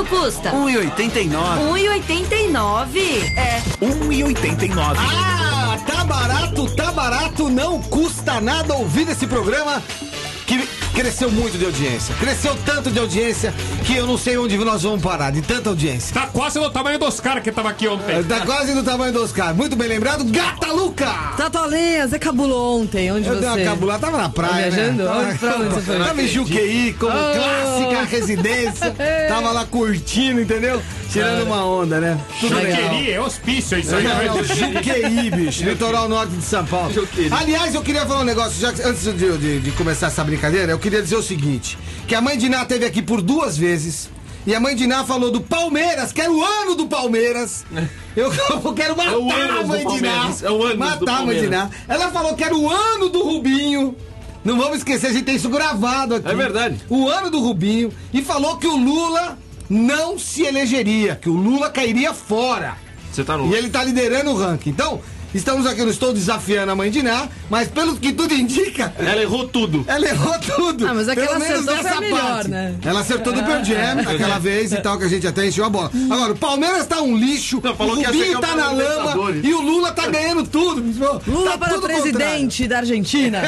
custa? 1,89. 1,89? É, 1,89. Ah, tá barato, não custa nada ouvir esse programa que cresceu muito de audiência. Cresceu tanto de audiência que eu não sei onde nós vamos parar, de tanta audiência. Tá quase no tamanho dos caras que tava aqui ontem. Tá quase no tamanho dos caras. Muito bem lembrado, Gata Luca! Tatolinha, você cabulou ontem, onde Eu você... dei uma cabulada, tava na praia, viajando? né? Pra onde você foi? Tava em Juqueí, como clássica residência. Tava lá curtindo, entendeu? Tirando uma onda, né? Tudo legal. Juqueí, é hospício isso aí. Não, Juqueí, bicho. Litoral norte de São Paulo. Aliás, eu queria falar um negócio, já que, antes de começar essa brincadeira, eu queria dizer o seguinte, que a mãe de Ná esteve aqui por 2 vezes, e a mãe de Ná falou do Palmeiras, que era o ano do Palmeiras. Eu quero matar a mãe de Ná. Matar a mãe de Ná. Ela falou que era o ano do Rubinho. Não vamos esquecer, a gente tem isso gravado aqui. É verdade. O ano do Rubinho. E falou que o Lula não se elegeria, que o Lula cairia fora. Você tá louco. E ele tá liderando o ranking. Então, estamos aqui, eu não estou desafiando a mãe de Ná, mas pelo que tudo indica... Ela errou tudo. Ela errou tudo. Ah, mas aquela pelo menos acertou nessa foi a melhor, parte. né? Ela acertou do Pearl Jam, aquela vez e tal, que a gente até encheu a bola. Agora, o Palmeiras tá um lixo, Não, o falou que ia ser Rubinho tá campeão na da lama Libertadores. e o Lula tá ganhando tudo. Lula Tá para tudo presidente da Argentina.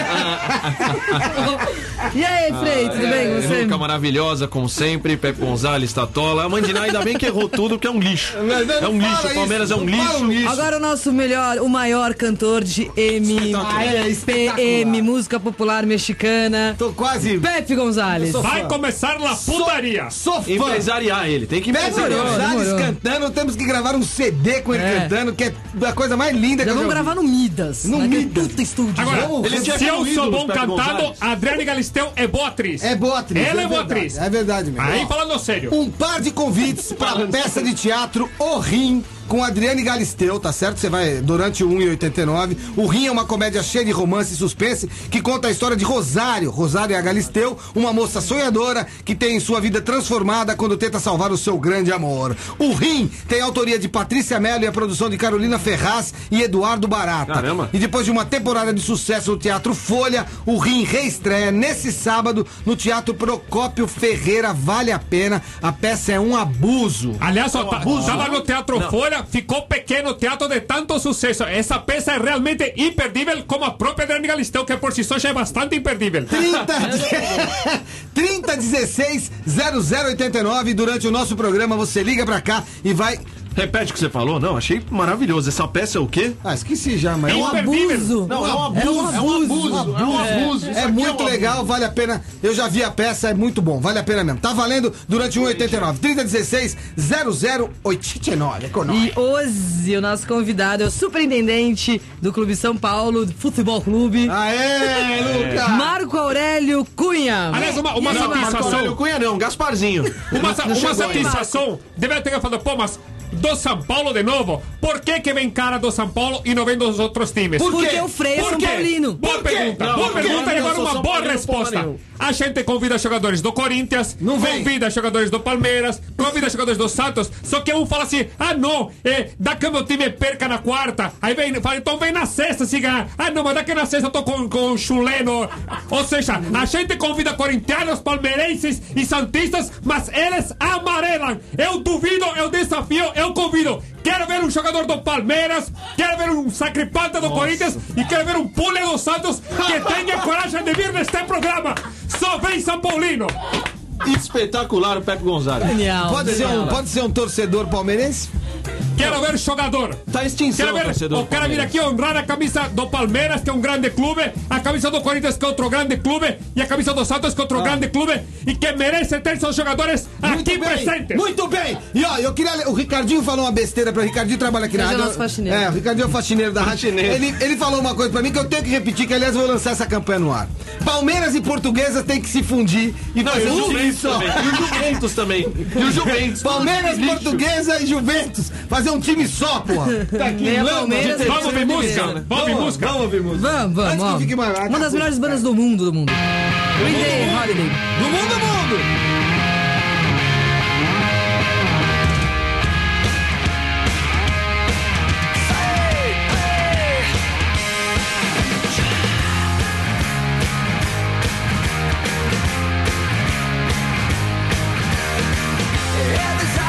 E aí, Frei, tudo bem? Você? Luca maravilhosa, como sempre. Pepe Gonzalez, Tatola. A mãe de Ná ainda bem que errou tudo, porque é um lixo. É um lixo, o Palmeiras é um lixo. Agora o nosso melhor, o maior cantor de PM, música popular mexicana, Tô quase... Pepe Gonzalez. Vai começar a putaria. Sou fã. Empresariar ele, tem que Pepe empresariar. Gonzalez demorou. cantando, temos que gravar um CD com ele cantando, que é a coisa mais linda que Já eu vamos já gravar no Midas. No naquele Midas. puta estúdio. Agora, Ele tinha se eu sido sou ídolo, bom Pepe cantando, Gonzalez. a Adriane Galisteu é boa atriz. É boa atriz. Ela é boa verdade, atriz. É verdade mesmo. Aí, Ó, falando sério. um par de convites para a peça de teatro O Rim, com Adriane Galisteu, tá certo? Você vai durante o 1,89. O Rim é uma comédia cheia de romance e suspense que conta a história de Rosário. Rosário é a Galisteu, uma moça sonhadora que tem sua vida transformada quando tenta salvar o seu grande amor. O Rim tem a autoria de Patrícia Mello e a produção de Carolina Ferraz e Eduardo Barata. Caramba. E depois de uma temporada de sucesso no Teatro Folha, o Rim reestreia nesse sábado no Teatro Procópio Ferreira. Vale a pena. A peça é um abuso. Aliás, ó, tava no Teatro Folha, ficou pequeno o teatro de tanto sucesso. Essa peça é realmente imperdível, como a própria Adriane Galisteu, que por si só já é bastante imperdível. 3016 0089. Durante o nosso programa você liga pra cá e vai... Repete o que você falou? Não, achei maravilhoso. Essa peça é o quê? Ah, esqueci já, mas... É imperdível. Abuso. Não, é um abuso. É muito legal, vale a pena. Eu já vi a peça, é muito bom, vale a pena mesmo. Tá valendo durante 1,89. 3016 0089. É com nós. E hoje o nosso convidado é o superintendente do Clube São Paulo, do Futebol Clube, Aê, Lucas! Marco Aurélio Cunha. Aliás, uma Não, Marco Aurélio satisfação. Cunha não, Gasparzinho. Uma Não chegou satisfação. Deve ter falado, pô, mas do São Paulo de novo? Por que vem cara do São Paulo e não vem dos outros times? Por Porque quê? o Frei é Por São quê? Paulino. Boa pergunta. Não, Boa por quê? pergunta e Eu agora sou uma São boa Paulino, resposta. porra nenhuma. A gente convida jogadores do Corinthians, Não vem. convida jogadores do Palmeiras, convida jogadores do Santos, só que um fala assim, ah não, dá que o meu time perca na quarta, aí vem, fala, então vem na sexta se ganhar, ah não, mas daqui na sexta eu tô com chuleno, ou seja, a gente convida corintianos, palmeirenses e santistas, mas eles amarelam, eu duvido, eu desafio, eu convido. Quero ver um jogador do Palmeiras, quero ver um sacripanta do Corinthians e quero ver um pule do Santos que tenha coragem de vir neste programa. Só vem São Paulino. Espetacular o Pepe Gonzalez. Genial. Pode ser um torcedor palmeirense? Quero ver jogador. Tá em extinção, Quero ver torcedor o cara vir Palmeiras. aqui honrar a camisa do Palmeiras, que é um grande clube, a camisa do Corinthians, que é outro grande clube, e a camisa do Santos, que é outro grande clube, e que merece ter seus jogadores aqui presentes. Muito bem! E ó, eu queria. O Ricardinho falou uma besteira pra Ricardinho, trabalha aqui na Hoje é rádio. nosso faxineiro. É, o Ricardinho é o faxineiro da rádio. Ele falou uma coisa pra mim que eu tenho que repetir, que aliás eu vou lançar essa campanha no ar. Palmeiras e Portuguesas têm que se fundir e Não, fazer e o um time Juventus só. também. E o Juventus também. E o Juventus. Palmeiras, Lixo. Portuguesa e Juventus. Fazer um time só, porra. Tá aqui, Meia lama. Palmeiras, Vamos ouvir música? né? Vamos ouvir música? Vamos ouvir música. Vamos, Antes que eu ó. fique mais lá, Uma das acabou. melhores bandas do mundo. Green Day Holiday. Do mundo! Every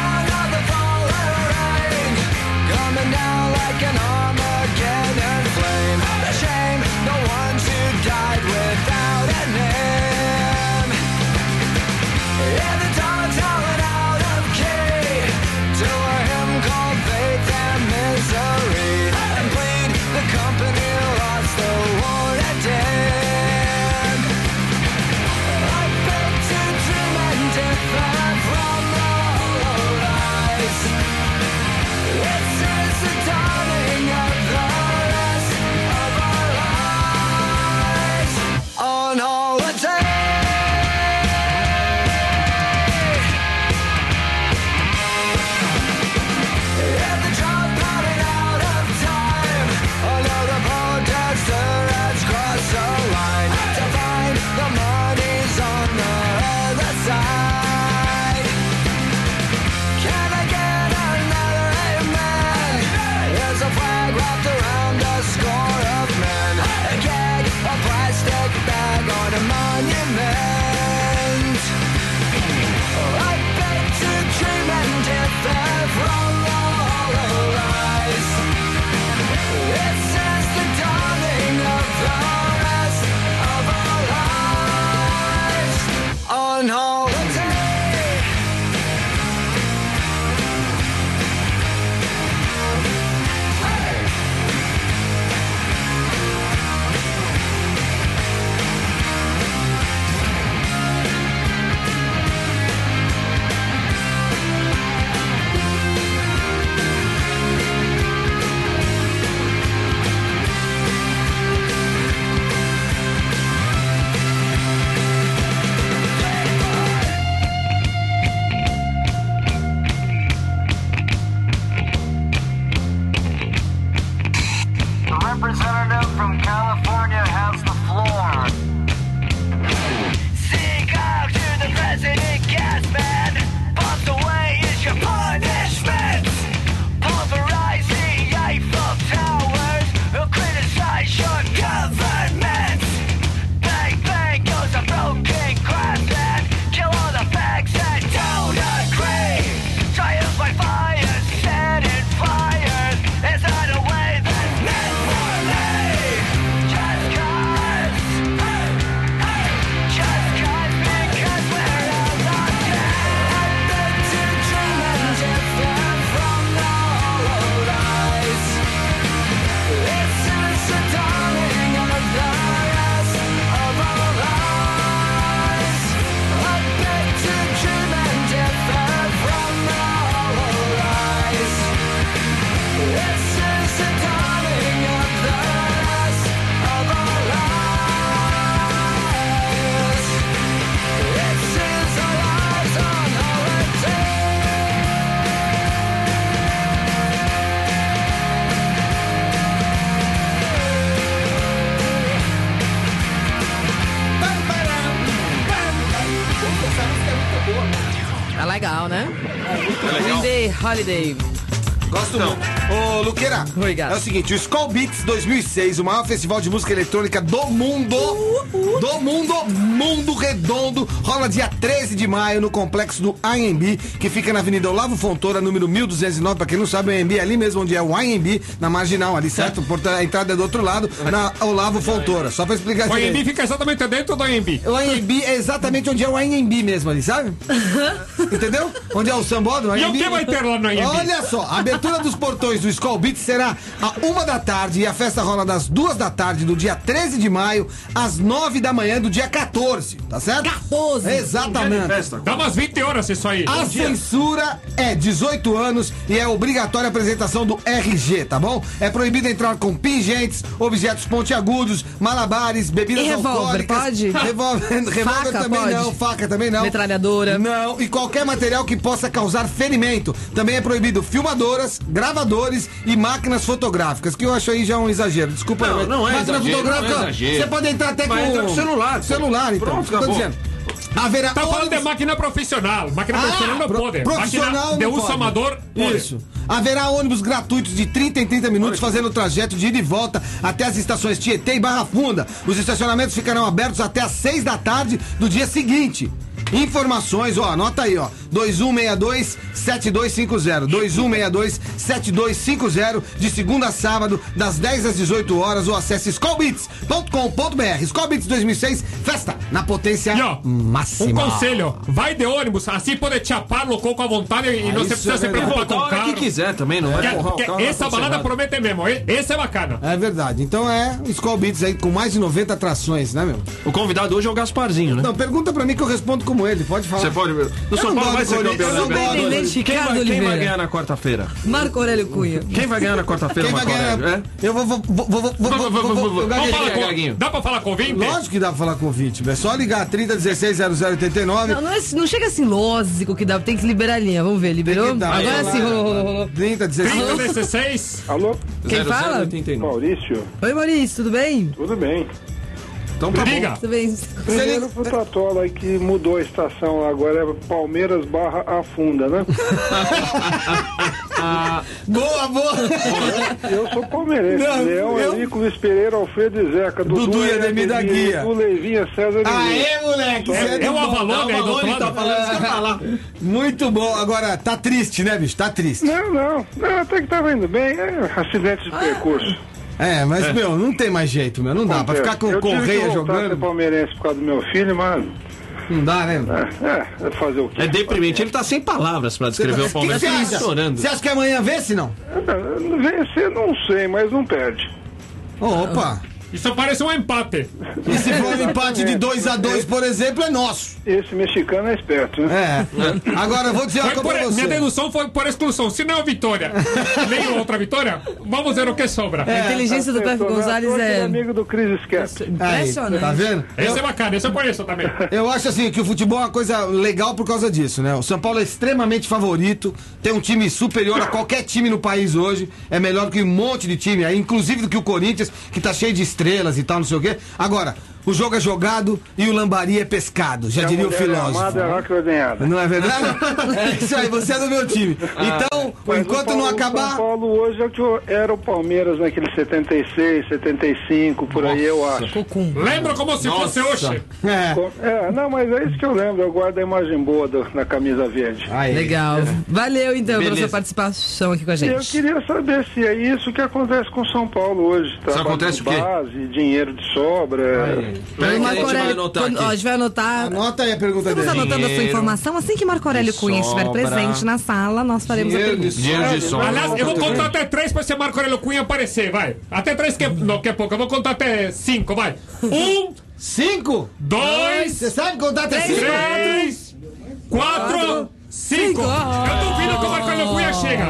Billie Holiday. Gosto muito. Ô, Luqueira, Obrigado. é o seguinte, o Skull Beats 2006, o maior festival de música eletrônica do mundo, mundo redondo, rola dia 13 de maio no complexo do AMB, que fica na Avenida Olavo Fontoura, número 1209, pra quem não sabe, o AMB é ali mesmo onde é o AMB, na Marginal, ali, certo? A entrada é do outro lado, na Olavo Fontoura, só pra explicar O direito. AMB fica exatamente dentro do AMB. O AMB é exatamente onde é o AMB mesmo ali, sabe? Entendeu? Onde é o sambódromo, E o AMB. que vai ter lá no AMB? Olha só, a abertura dos portões do Skull Beats será à 1 da tarde e a festa rola das 2 da tarde do dia 13 de maio às 9 da manhã do dia 14, tá certo? 14. Exatamente. Dá umas 20 horas isso aí. A censura é 18 anos e é obrigatória a apresentação do RG, tá bom? É proibido entrar com pingentes, objetos pontiagudos, malabares, bebidas E revólver, alcoólicas. pode? Revólver Faca, também pode? não, faca também não. Metralhadora. Não, e qualquer material que possa causar ferimento. Também é proibido filmadoras, gravadores e máquinas fotográficas, que eu acho aí já um exagero. Desculpa, Não, mas não é máquina exagero, fotográfica, não é exagero. você pode entrar até Vai entrar com celular. Celular, então. Pronto, Tô acabou. dizendo. Haverá Tá falando de ônibus- máquina profissional. Máquina profissional não pode. Profissional Máquina de não uso pode. amador, pode. Isso. Haverá ônibus gratuitos de 30 em 30 minutos fazendo o trajeto de ida e volta até as estações Tietê e Barra Funda. Os estacionamentos ficarão abertos até às 6 da tarde do dia seguinte. Informações, ó, anota aí, ó. 2162-7250. 2162-7250, de segunda a sábado, das 10 às 18 horas, ou acesse skullbeats.com.br. Skull Beats 2006, festa na potência E ó, máxima. um conselho, vai de ônibus, assim pode chapar louco à vontade e não isso você precisa é se verdade. preocupar com Voltar o a hora carro. que quiser também, não vai empurrar o carro. Essa balada promete mesmo, esse é bacana. É verdade. Então é Skull Beats aí com mais de 90 atrações, né, meu? O convidado hoje é o Gasparzinho, né? Não, pergunta pra mim que eu respondo como ele. Pode falar. Você pode. No São Paulo vai ser campeão, né? Superintendente Quem Ricardo vai Oliveira. ganhar na quarta-feira? Marco Aurélio Cunha. Quem vai ganhar na quarta-feira, Quem vai Marco ganhar? Aurélio? É? Eu vou Vamos gaguejei. falar com, Gaguinho. dá pra falar com o Vinte? Lógico que dá pra falar com o Vinte. É só ligar 30160089. Não chega assim lógico que dá, tem que liberar a linha. Vamos ver, liberou? Tem que dar. Agora sim, rolou. 3016. 3016. Alô, Quem fala? 0089. Maurício? Oi, Maurício, tudo bem? Tudo bem. Então tá Diga. Tudo bem. Primeiro pro Tatola aí que mudou a estação, agora é Palmeiras barra Afunda, né? Boa, boa. Eu sou palmeirense. Não, Leão, eu- Henrique, Luiz Pereira, Alfredo e Zeca. Dudu e Ademir da Guia. Dudu, Leivinha, César e Aê, moleque. Você É do o bom. Avalone aí do outro Tá lado. falando isso que eu falar. Muito bom. Agora, tá triste, né, bicho? Tá triste. Não, até que tava indo bem. É, acidente de percurso. É, mas, meu, não tem mais jeito, meu. Não dá. Pra ficar com o Eu tive que Correia voltar a ser jogando, palmeirense por causa do meu filho, mas não dá, né? fazer o quê? É deprimente. Ele tá sem palavras pra descrever o Que Palmeiras. você Tá acha? chorando. Você acha que amanhã vence, não? Vencer não sei, mas não perde. Opa. Isso parece um empate. E se for um empate de 2-2, por exemplo, é nosso. Esse mexicano é esperto, né? É. Agora, eu vou dizer uma Foi coisa pra minha você. dedução foi por exclusão. Se não é vitória, nem outra vitória, vamos ver o que sobra. A inteligência do Pepe Gonzalez é amigo do Chris Skep. Aí, impressionante. tá vendo? Esse é bacana, esse eu conheço também. Eu acho assim que o futebol é uma coisa legal por causa disso, né? O São Paulo é extremamente favorito, tem um time superior a qualquer time no país hoje, é melhor que um monte de time aí, inclusive do que o Corinthians, que tá cheio de estrelas e tal, não sei o quê. Agora, o jogo é jogado e o lambari é pescado, já diria o filósofo. Amada é rock ordenhada. Não é verdade? É isso aí, você é do meu time. Então, Mas enquanto o não Paulo- acabar. São Paulo hoje é o que era o Palmeiras naquele 76, 75, por aí eu acho. Cocum. Lembra como se fosse hoje. É. Não, mas é isso que eu lembro. Eu guardo a imagem boa na camisa verde. Aí. Legal. Valeu então pela Beleza. sua participação aqui com a E eu gente. queria saber se é isso que acontece com São Paulo hoje. Tá? acontece o quê? Base, dinheiro de sobra. Peraí que a Marco gente vai Aurélio, anotar quando- ó, a aqui. gente vai anotar. Anota aí a pergunta Estamos dele. anotando a sua Dinheiro informação. Assim que Marco Aurélio de Cunha estiver sobra. presente na sala, nós faremos a Dinheiro de pergunta. Dinheiro de sobra. Aliás, eu vou contar até 3 pra esse Marco Aurélio Cunha aparecer, vai. Até 3 que é pouco. Eu vou contar até 5, vai. 1, 5? 2, Você sabe contar até 5? 3, 4, 5. Eu duvido que o Marco Aurélio Cunha chega.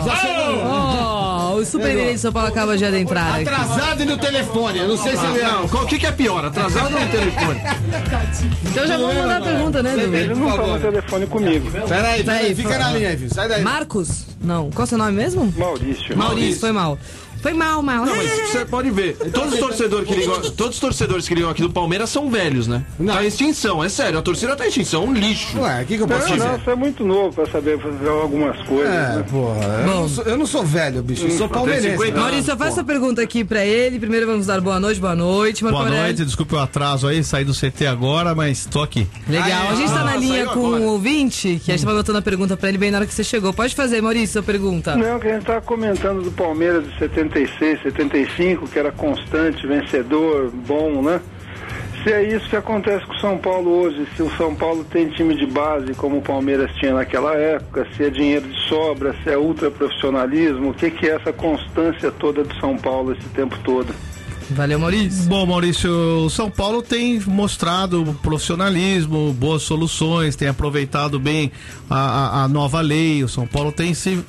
Oh, o superintendente de São Paulo acaba de adentrar aqui. Atrasado e no telefone. Eu não sei se ele é. Não, o que é pior? Atrasado ou no telefone? Então já vamos mandar a pergunta, né, Ele Edu? não tá no telefone comigo. Peraí, Tá aí, fica fala. na linha aí, filho. Sai daí. Marcos? Não. Qual é o seu nome mesmo? Maurício. Maurício, foi mal. Foi mal. Não, mas você pode ver. Todos os torcedores que ligam aqui do Palmeiras são velhos, né? Não. Tá em extinção, é sério. A torcida tá em extinção, é um lixo. Ué, o que eu posso dizer? Não, você é muito novo pra saber fazer algumas coisas. Né? Porra, eu não sou velho, bicho. Eu sou palmeirense. Maurício, faça essa pergunta aqui pra ele. Primeiro vamos dar boa noite. Boa noite, desculpe o atraso aí, saí do CT agora, mas tô aqui. Legal, a gente tá na linha com um ouvinte, que a gente tava botando a pergunta pra ele bem na hora que você chegou. Pode fazer, Maurício, a pergunta. Não, que a gente tava comentando do Palmeiras de 76, 75, que era constante, vencedor, bom, né? Se é isso que acontece com o São Paulo hoje, se o São Paulo tem time de base como o Palmeiras tinha naquela época, se é dinheiro de sobra, se é ultraprofissionalismo, o que é essa constância toda do São Paulo esse tempo todo? Valeu, Maurício. Bom, Maurício, o São Paulo tem mostrado profissionalismo, boas soluções, tem aproveitado bem a nova lei. O São Paulo tem se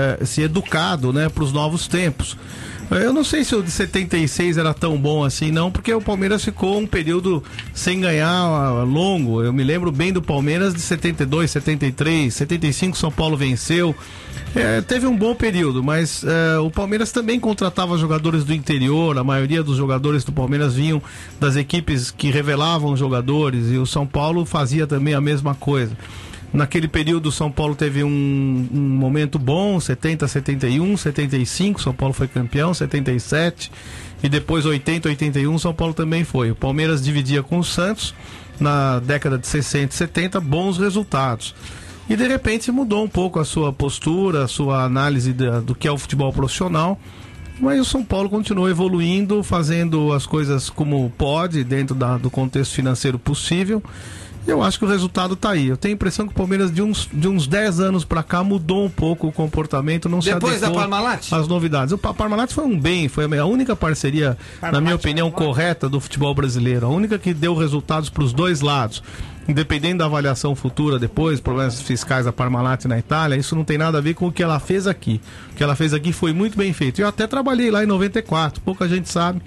educado, né, para os novos tempos. Eu não sei se o de 76 era tão bom assim, não, porque o Palmeiras ficou um período sem ganhar longo. Eu me lembro bem do Palmeiras de 72, 73, 75 São Paulo venceu. Teve um bom período, mas o Palmeiras também contratava jogadores do interior. A maioria dos jogadores do Palmeiras vinham das equipes que revelavam jogadores, e o São Paulo fazia também a mesma coisa. Naquele período o São Paulo teve um momento bom, 70, 71, 75, São Paulo foi campeão, 77, e depois 80, 81, São Paulo também foi. O Palmeiras dividia com o Santos, na década de 60 e 70, bons resultados. E de repente mudou um pouco a sua postura, a sua análise do que é o futebol profissional, mas o São Paulo continuou evoluindo, fazendo as coisas como pode, dentro do contexto financeiro possível. Eu acho que o resultado está aí. Eu tenho a impressão que o Palmeiras de uns 10 anos para cá mudou um pouco o comportamento, não se adequou depois da Parmalat? Às novidades. O Parmalat foi um bem, foi a única parceria, na minha opinião, correta do futebol brasileiro. A única que deu resultados para os dois lados. Independente da avaliação futura depois, problemas fiscais da Parmalat na Itália, isso não tem nada a ver com o que ela fez aqui. O que ela fez aqui foi muito bem feito. Eu até trabalhei lá em 94, pouca gente sabe.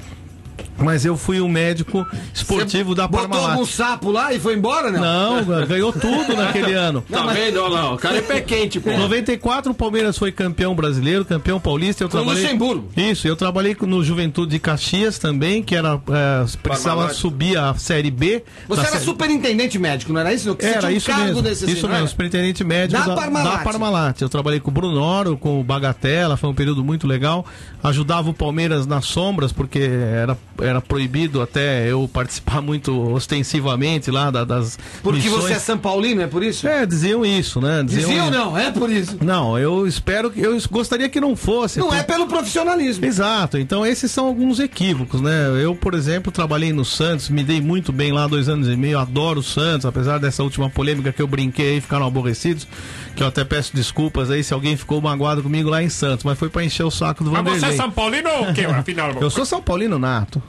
Mas eu fui o médico esportivo da Parmalat. Botou algum sapo lá e foi embora, né? Não, ganhou tudo naquele ano. Tá vendo? Olha lá, o cara é pé quente, pô. Em 94 o Palmeiras foi campeão brasileiro, campeão paulista. Eu trabalhei... Luxemburgo. Isso, eu trabalhei no Juventude de Caxias também, que era precisava subir a Série B. Você era superintendente médico, não era isso? Você era isso mesmo. Isso mesmo, superintendente médico da Parmalat. Eu trabalhei com o Brunoro, com o Bagatella, foi um período muito legal. Ajudava o Palmeiras nas sombras, porque era proibido até eu participar muito ostensivamente lá das porque missões. Você é São Paulino, é por isso? Diziam isso, né? Diziam não, é por isso. Não, eu gostaria que não fosse. Não é pelo profissionalismo. Exato, então esses são alguns equívocos, né? Eu, por exemplo, trabalhei no Santos, me dei muito bem lá 2 anos e meio, adoro o Santos, apesar dessa última polêmica que eu brinquei aí, ficaram aborrecidos, que eu até peço desculpas aí se alguém ficou magoado comigo lá em Santos, mas foi pra encher o saco do Vanderlei. Mas você é São Paulino ou o quê, afinal? Eu sou São Paulino nato,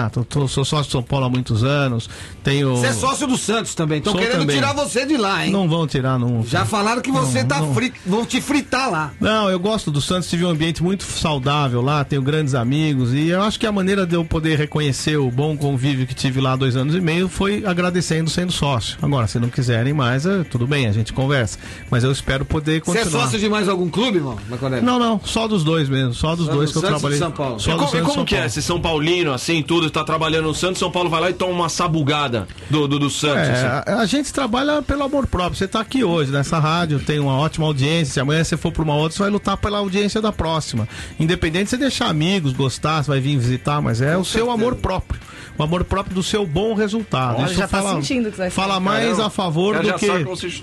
sou sócio de São Paulo há muitos anos, tenho... Você é sócio do Santos também, estão querendo também tirar você de lá, hein? Não vão tirar, não. Já falaram que você vão te fritar lá. Não, eu gosto do Santos, tive um ambiente muito saudável lá, tenho grandes amigos, e eu acho que a maneira de eu poder reconhecer o bom convívio que tive lá 2 anos e meio foi agradecendo sendo sócio. Agora, se não quiserem mais, tudo bem, a gente conversa, mas eu espero poder continuar. Você é sócio de mais algum clube, irmão? Não, só dos dois mesmo, só dos dois que eu trabalhei. São Paulo. E como que é? Se São Paulino, assim, tudo, tá trabalhando no Santos, São Paulo vai lá e toma uma sabugada do Santos. Assim. A gente trabalha pelo amor próprio. Você tá aqui hoje nessa rádio, tem uma ótima audiência. Se amanhã você for para uma outra, você vai lutar pela audiência da próxima. Independente de você deixar amigos, gostar, você vai vir visitar, mas é o seu amor próprio. O amor próprio do seu bom resultado. Olha, isso já fala, sentindo que vai fala mais a favor do que...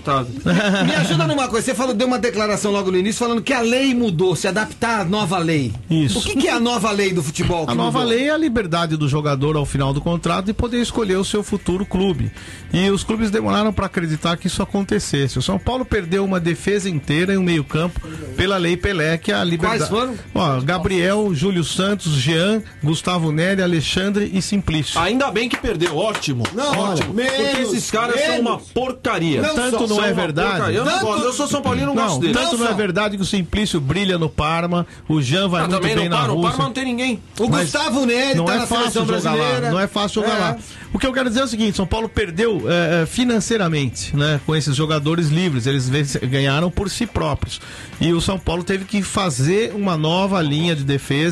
Me ajuda numa coisa. Você deu uma declaração logo no início falando que a lei mudou, se adaptar à nova lei. Isso. O que é a nova lei do futebol? A nova lei é a liberdade do jogador ao final do contrato de poder escolher o seu futuro clube. E os clubes demoraram para acreditar que isso acontecesse. O São Paulo perdeu uma defesa inteira e um meio-campo pela Lei Pelé, que é a liberdade. Quais foram? Gabriel, Júlio Santos, Jean, Gustavo Neri, Alexandre e Simplício. Ainda bem que perdeu, ótimo. Não, ótimo. Porque esses caras são uma porcaria. Tanto não é verdade. Eu sou São Paulino, não gosto dele. Tanto não é verdade que o Simplício brilha no Parma, o Jean vai muito bem na Rússia. O Parma não tem ninguém. O Gustavo Neri tá na seleção brasileira. Não é fácil jogar lá. O que eu quero dizer é o seguinte: São Paulo perdeu financeiramente, né, com esses jogadores livres. Eles ganharam por si próprios. E o São Paulo teve que fazer uma nova linha de defesa.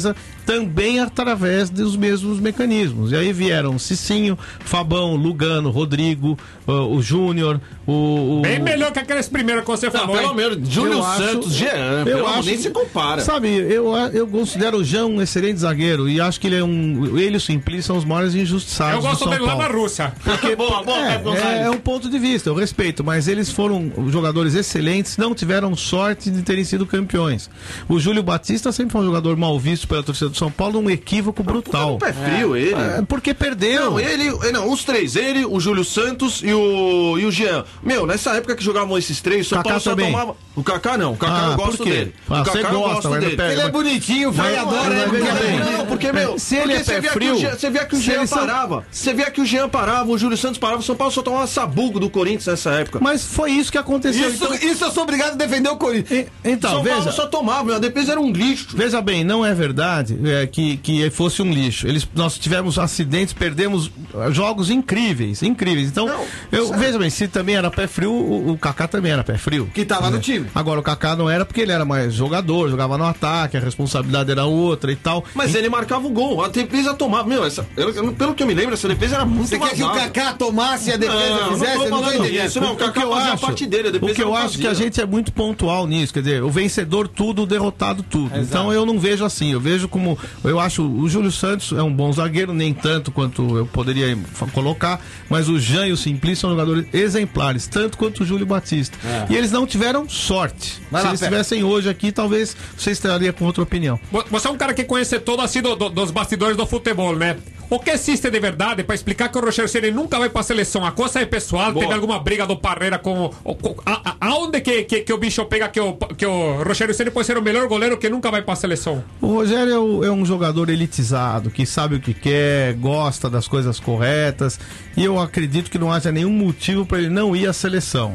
também através dos mesmos mecanismos. E aí vieram Cicinho, Fabão, Lugano, Rodrigo, o Júnior, Bem melhor que aqueles primeiros que você falou. Pelo menos, Júlio Santos, Jean, nem se compara. Sabe, eu considero o Jean um excelente zagueiro e acho que ele e o Simplício são os maiores injustiçados. Eu gosto dele lá na Rússia. Porque, é um ponto de vista, eu respeito, mas eles foram jogadores excelentes, não tiveram sorte de terem sido campeões. O Júlio Batista sempre foi um jogador mal visto pela torcida do São Paulo, um equívoco brutal. Pé frio ele. Porque perdeu. Não, os três, ele, o Júlio Santos e o Jean. Meu, nessa época que jogavam esses três, o São Paulo só tomava... O Kaká não, o Kaká eu gosto dele. O Kaká eu gosto dele. Ele é bonitinho, vai adora ele. Não, porque, meu, se ele é pé frio... Você via que o Jean parava. Você via que o Jean parava, o Júlio Santos parava, o São Paulo só tomava sabugo do Corinthians nessa época. Mas foi isso que aconteceu. Isso eu sou obrigado a defender o Corinthians. Então, São Paulo só tomava, a defesa era um lixo. Veja bem, não é verdade que fosse um lixo. Nós tivemos acidentes, perdemos jogos incríveis. Então, veja bem, se também era pé frio, o Kaká também era pé frio. Que tava no time. Agora, o Kaká não era porque ele era mais jogador, jogava no ataque, a responsabilidade era outra e tal. Mas ele marcava o gol, a defesa tomava. Meu, pelo que eu me lembro, essa defesa era muito vazada. Você quer que o Kaká tomasse e a defesa fizesse? Eu não tô entendendo. Isso não, o Kaká fazia a parte dele, a defesa. O que eu acho que a gente é muito pontual nisso, quer dizer, o vencedor tudo, o derrotado tudo. Exato. Então eu não vejo assim, eu vejo como, eu acho o Júlio Santos é um bom zagueiro, nem tanto quanto eu poderia colocar, mas o Jean e o Simplício são jogadores exemplares, tanto quanto o Júlio Batista. E eles não tiveram sorte. Se eles estivessem hoje aqui, talvez você estaria com outra opinião. Você é um cara que conhece todo assim dos bastidores do futebol, né? O que existe de verdade para explicar que o Rogério Ceni nunca vai pra seleção? A coisa é pessoal? Boa. Teve alguma briga do Parreira com aonde que o bicho pega que o Rogério Ceni pode ser o melhor goleiro que nunca vai pra seleção? O Rogério é um jogador elitizado, que sabe o que quer, gosta das coisas corretas, e eu acredito que não haja nenhum motivo para ele não ir à seleção.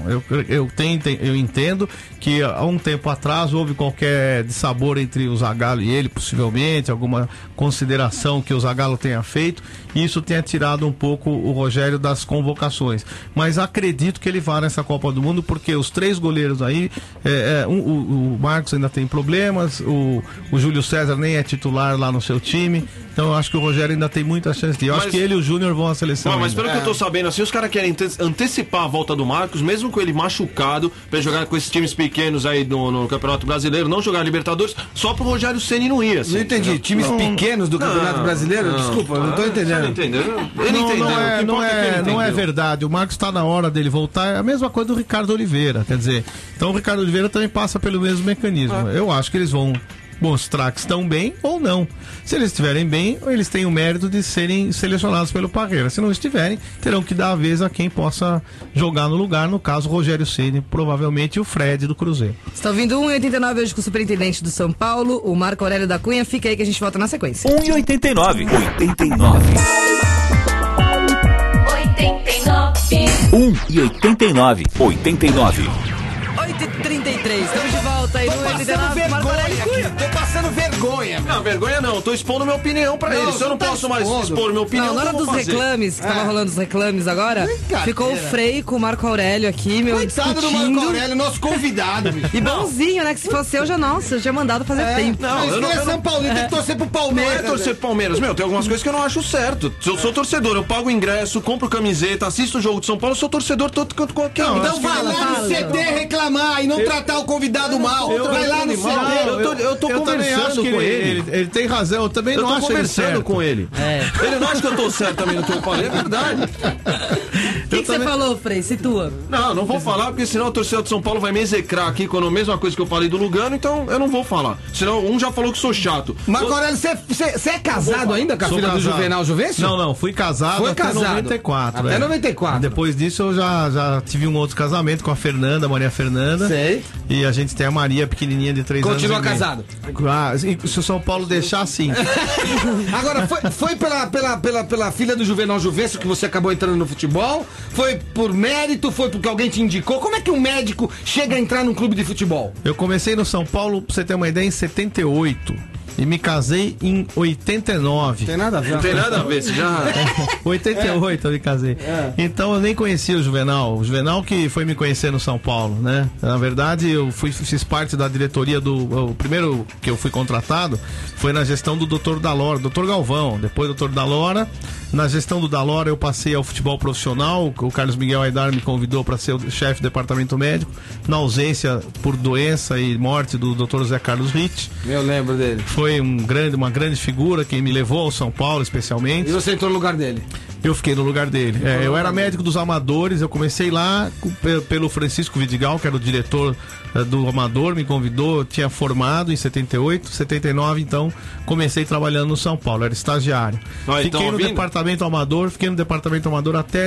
Eu entendo que há um tempo atrás houve qualquer dissabor entre o Zagallo e ele, possivelmente, alguma consideração que o Zagallo tenha feito, e isso tenha tirado um pouco o Rogério das convocações. Mas acredito que ele vá nessa Copa do Mundo, porque os três goleiros aí, o Marcos ainda tem problemas, o Júlio César nem é titular lá no seu time, então eu acho que o Rogério ainda tem muita chance de ir. Eu acho que ele e o Júnior vão à seleção. Mas pelo que eu tô sabendo, assim, os caras querem antecipar a volta do Marcos, mesmo com ele machucado, pra jogar com esses times pequenos aí no Campeonato Brasileiro, não jogar Libertadores, só pro Rogério Ceni não ir, assim. Não entendi. Times pequenos do Campeonato Brasileiro? Desculpa, não tô entendendo. Ele entendeu. Não é verdade. O Marcos está na hora dele voltar. É a mesma coisa do Ricardo Oliveira. Quer dizer, então o Ricardo Oliveira também passa pelo mesmo mecanismo. Eu acho que eles vão mostrar que estão bem ou não. Se eles estiverem bem, eles têm o mérito de serem selecionados pelo Parreira. Se não estiverem, terão que dar a vez a quem possa jogar no lugar, no caso, o Rogério Ceni, provavelmente o Fred do Cruzeiro. Está ouvindo 1,89 hoje com o superintendente do São Paulo, o Marco Aurélio da Cunha. Fica aí que a gente volta na sequência. 1,89. 89. 8h33, estamos de volta aí no 89, Marco Aurélio Cunha. Tô passando vergonha. Não, vergonha não, tô expondo minha opinião pra ele. Se eu não posso mais expor minha opinião, na hora dos reclames, que tava rolando os reclames agora, ficou o Frei com o Marco Aurélio aqui, meu, coitado do Marco Aurélio, nosso convidado, bicho. E bonzinho, né, que se fosse eu já tinha mandado fazer tempo. Não, eu não é São Paulo, tem que torcer pro Palmeiras. Não é torcer pro Palmeiras, meu, tem algumas coisas que eu não acho certo. Eu sou torcedor, eu pago o ingresso, compro camiseta, assisto o jogo de São Paulo, eu sou torcedor tanto quanto qualquer um. Então vai lá no CT reclamar e não tratar o convidado mal. Vai lá no CT. Eu tô conversando com ele. Ele tem razão, eu também não acho ele certo. Eu tô conversando com ele. Ele não acha que eu tô certo também no que eu falei, é verdade. O que você falou, Frei? Situa. Não vou falar, porque senão a torcida de São Paulo vai me execrar aqui com a mesma coisa que eu falei do Lugano, então eu não vou falar. Senão um já falou que sou chato. Marco Aurélio, você é casado ainda com a filha do Juvenal Juvencio? Não, fui casado até 94. Até 94. Depois disso eu já tive um outro casamento com a Fernanda, Maria Fernanda. Sei. E a gente tem a Maria, pequenininha de 3 anos. Continua casado? Se o São Paulo deixar, sim. Agora, foi pela filha do Juvenal Juvencio que você acabou entrando no futebol? Foi por mérito? Foi porque alguém te indicou? Como é que um médico chega a entrar num clube de futebol? Eu comecei no São Paulo, pra você ter uma ideia, em 78. e me casei em 89. Tem nada a ver. Não tem nada a ver, você já... 88 eu me casei. Então eu nem conhecia o Juvenal. O Juvenal que foi me conhecer no São Paulo, né? Na verdade, eu fiz parte da diretoria o primeiro que eu fui contratado foi na gestão do Dr. Dalora, Dr. Galvão. Depois do Dr. Dalora. Na gestão do Dalora eu passei ao futebol profissional. O Carlos Miguel Aidar me convidou para ser o chefe do departamento médico. Na ausência por doença e morte do Dr. Zé Carlos Ritt. Eu lembro dele. Foi uma grande figura que me levou ao São Paulo, especialmente. E você entrou no lugar dele? Eu fiquei no lugar dele. Eu era médico dos amadores, eu comecei lá pelo Francisco Vidigal, que era o diretor do amador, me convidou, eu tinha formado em 78, 79, então comecei trabalhando no São Paulo, era estagiário. Fiquei no departamento amador até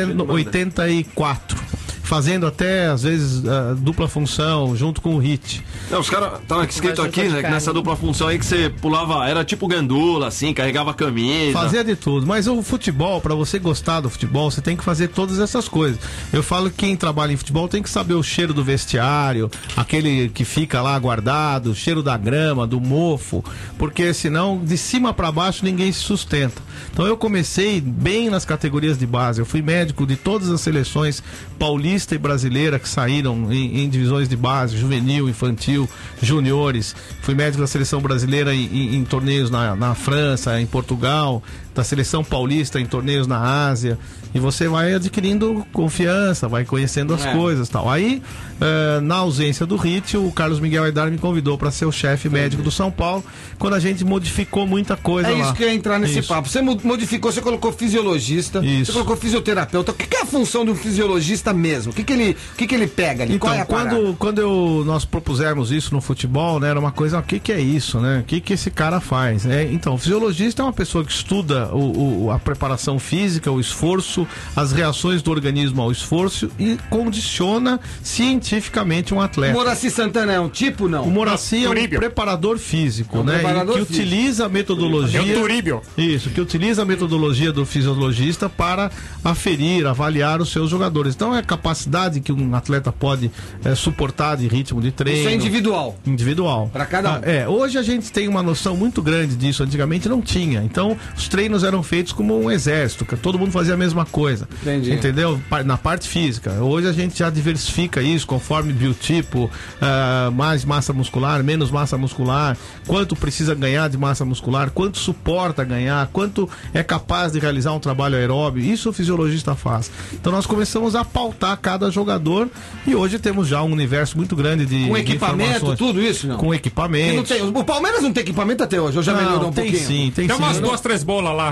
84. Fazendo até, às vezes, dupla função, junto com o Hit. Não, os caras estavam escrito aqui, né, que nessa dupla função aí que você pulava, era tipo gandula, assim, carregava a camisa. Fazia de tudo, mas o futebol, pra você gostar do futebol, você tem que fazer todas essas coisas. Eu falo que quem trabalha em futebol tem que saber o cheiro do vestiário, aquele que fica lá guardado, o cheiro da grama, do mofo, porque senão, de cima pra baixo, ninguém se sustenta. Então eu comecei bem nas categorias de base, eu fui médico de todas as seleções paulistas e brasileira que saíram em divisões de base, juvenil, infantil, juniores. Fui médico da seleção brasileira em torneios na França, em Portugal, da seleção paulista em torneios na Ásia. E você vai adquirindo confiança, vai conhecendo as coisas e tal. Aí, na ausência do Hit, o Carlos Miguel Aidar me convidou para ser o chefe médico do São Paulo, quando a gente modificou muita coisa lá. É isso que eu ia entrar nesse papo. Você modificou, você colocou fisiologista, você colocou fisioterapeuta. O que é a função de um fisiologista mesmo? O que ele pega ali? Então, qual é a quando nós propusemos isso no futebol, né, era uma coisa, o que é isso, né? O que esse cara faz? Então, o fisiologista é uma pessoa que estuda a preparação física, o esforço, as reações do organismo ao esforço e condiciona cientificamente um atleta. O Moraci Santana é um tipo, não? O Moraci é um preparador físico, né? Que utiliza a metodologia... É o Turíbio. Isso, que utiliza a metodologia do fisiologista para aferir, avaliar os seus jogadores. Então é a capacidade que um atleta pode suportar de ritmo de treino. Isso é individual? Individual. Para cada um. Hoje a gente tem uma noção muito grande disso, antigamente não tinha. Então os treinos eram feitos como um exército, que todo mundo fazia a mesma coisa. Entendi. Entendeu? Na parte física. Hoje a gente já diversifica isso conforme biotipo, mais massa muscular, menos massa muscular, quanto precisa ganhar de massa muscular, quanto suporta ganhar, quanto é capaz de realizar um trabalho aeróbio. Isso o fisiologista faz. Então nós começamos a pautar cada jogador e hoje temos já um universo muito grande de com equipamento, tudo isso, não? Com equipamento. O Palmeiras não tem equipamento até hoje, eu já melhorou um pouquinho. Sim, tem umas 2, 3 bolas lá.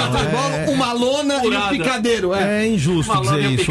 Uma lona e um picadeiro. É injusto dizer isso.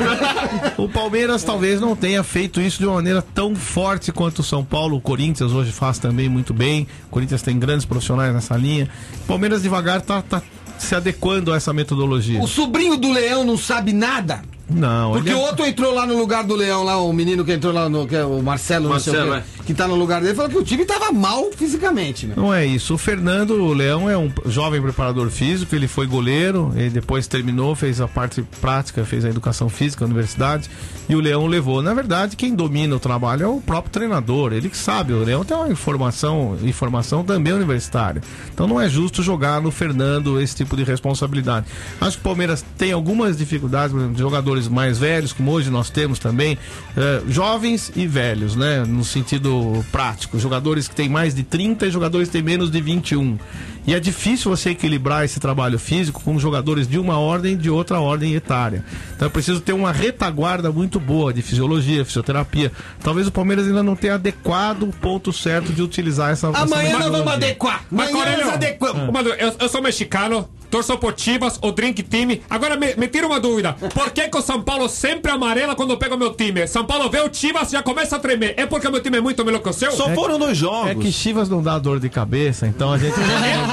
O Palmeiras talvez não tenha feito isso de uma maneira tão forte quanto o São Paulo. O Corinthians hoje faz também muito bem. O Corinthians tem grandes profissionais nessa linha. O Palmeiras devagar tá se adequando a essa metodologia. O sobrinho do Leão não sabe nada? Não. Porque o outro entrou lá no lugar do Leão, lá, o menino que entrou lá, que é o Marcelo, não sei o quê, que tá no lugar dele, falou que o time tava mal fisicamente, né? Não é isso. O Fernando Leão é um jovem preparador físico, ele foi goleiro, ele depois terminou, fez a parte prática, fez a educação física na universidade, e o Leão levou. Na verdade, quem domina o trabalho é o próprio treinador, ele que sabe. O Leão tem uma informação também universitária. Então não é justo jogar no Fernando esse tipo de responsabilidade. Acho que o Palmeiras tem algumas dificuldades, por exemplo, de jogadores mais velhos, como hoje nós temos também, jovens e velhos, né? No sentido prático, jogadores que têm mais de 30 e jogadores que têm menos de 21. E é difícil você equilibrar esse trabalho físico com jogadores de uma ordem e de outra ordem etária. Então é preciso ter uma retaguarda muito boa de fisiologia, fisioterapia. Talvez o Palmeiras ainda não tenha adequado o ponto certo de utilizar essa Amanhã nós vamos adequar. Amanhã nós adequamos. Eu sou mexicano, torço por Chivas, o Drink Team. Agora me tira uma dúvida. Por que o São Paulo sempre amarela quando pega o meu time? São Paulo vê o Chivas e já começa a tremer. É porque o meu time é muito melhor que o seu? Só foram 2 jogos. É que Chivas não dá dor de cabeça, então a gente...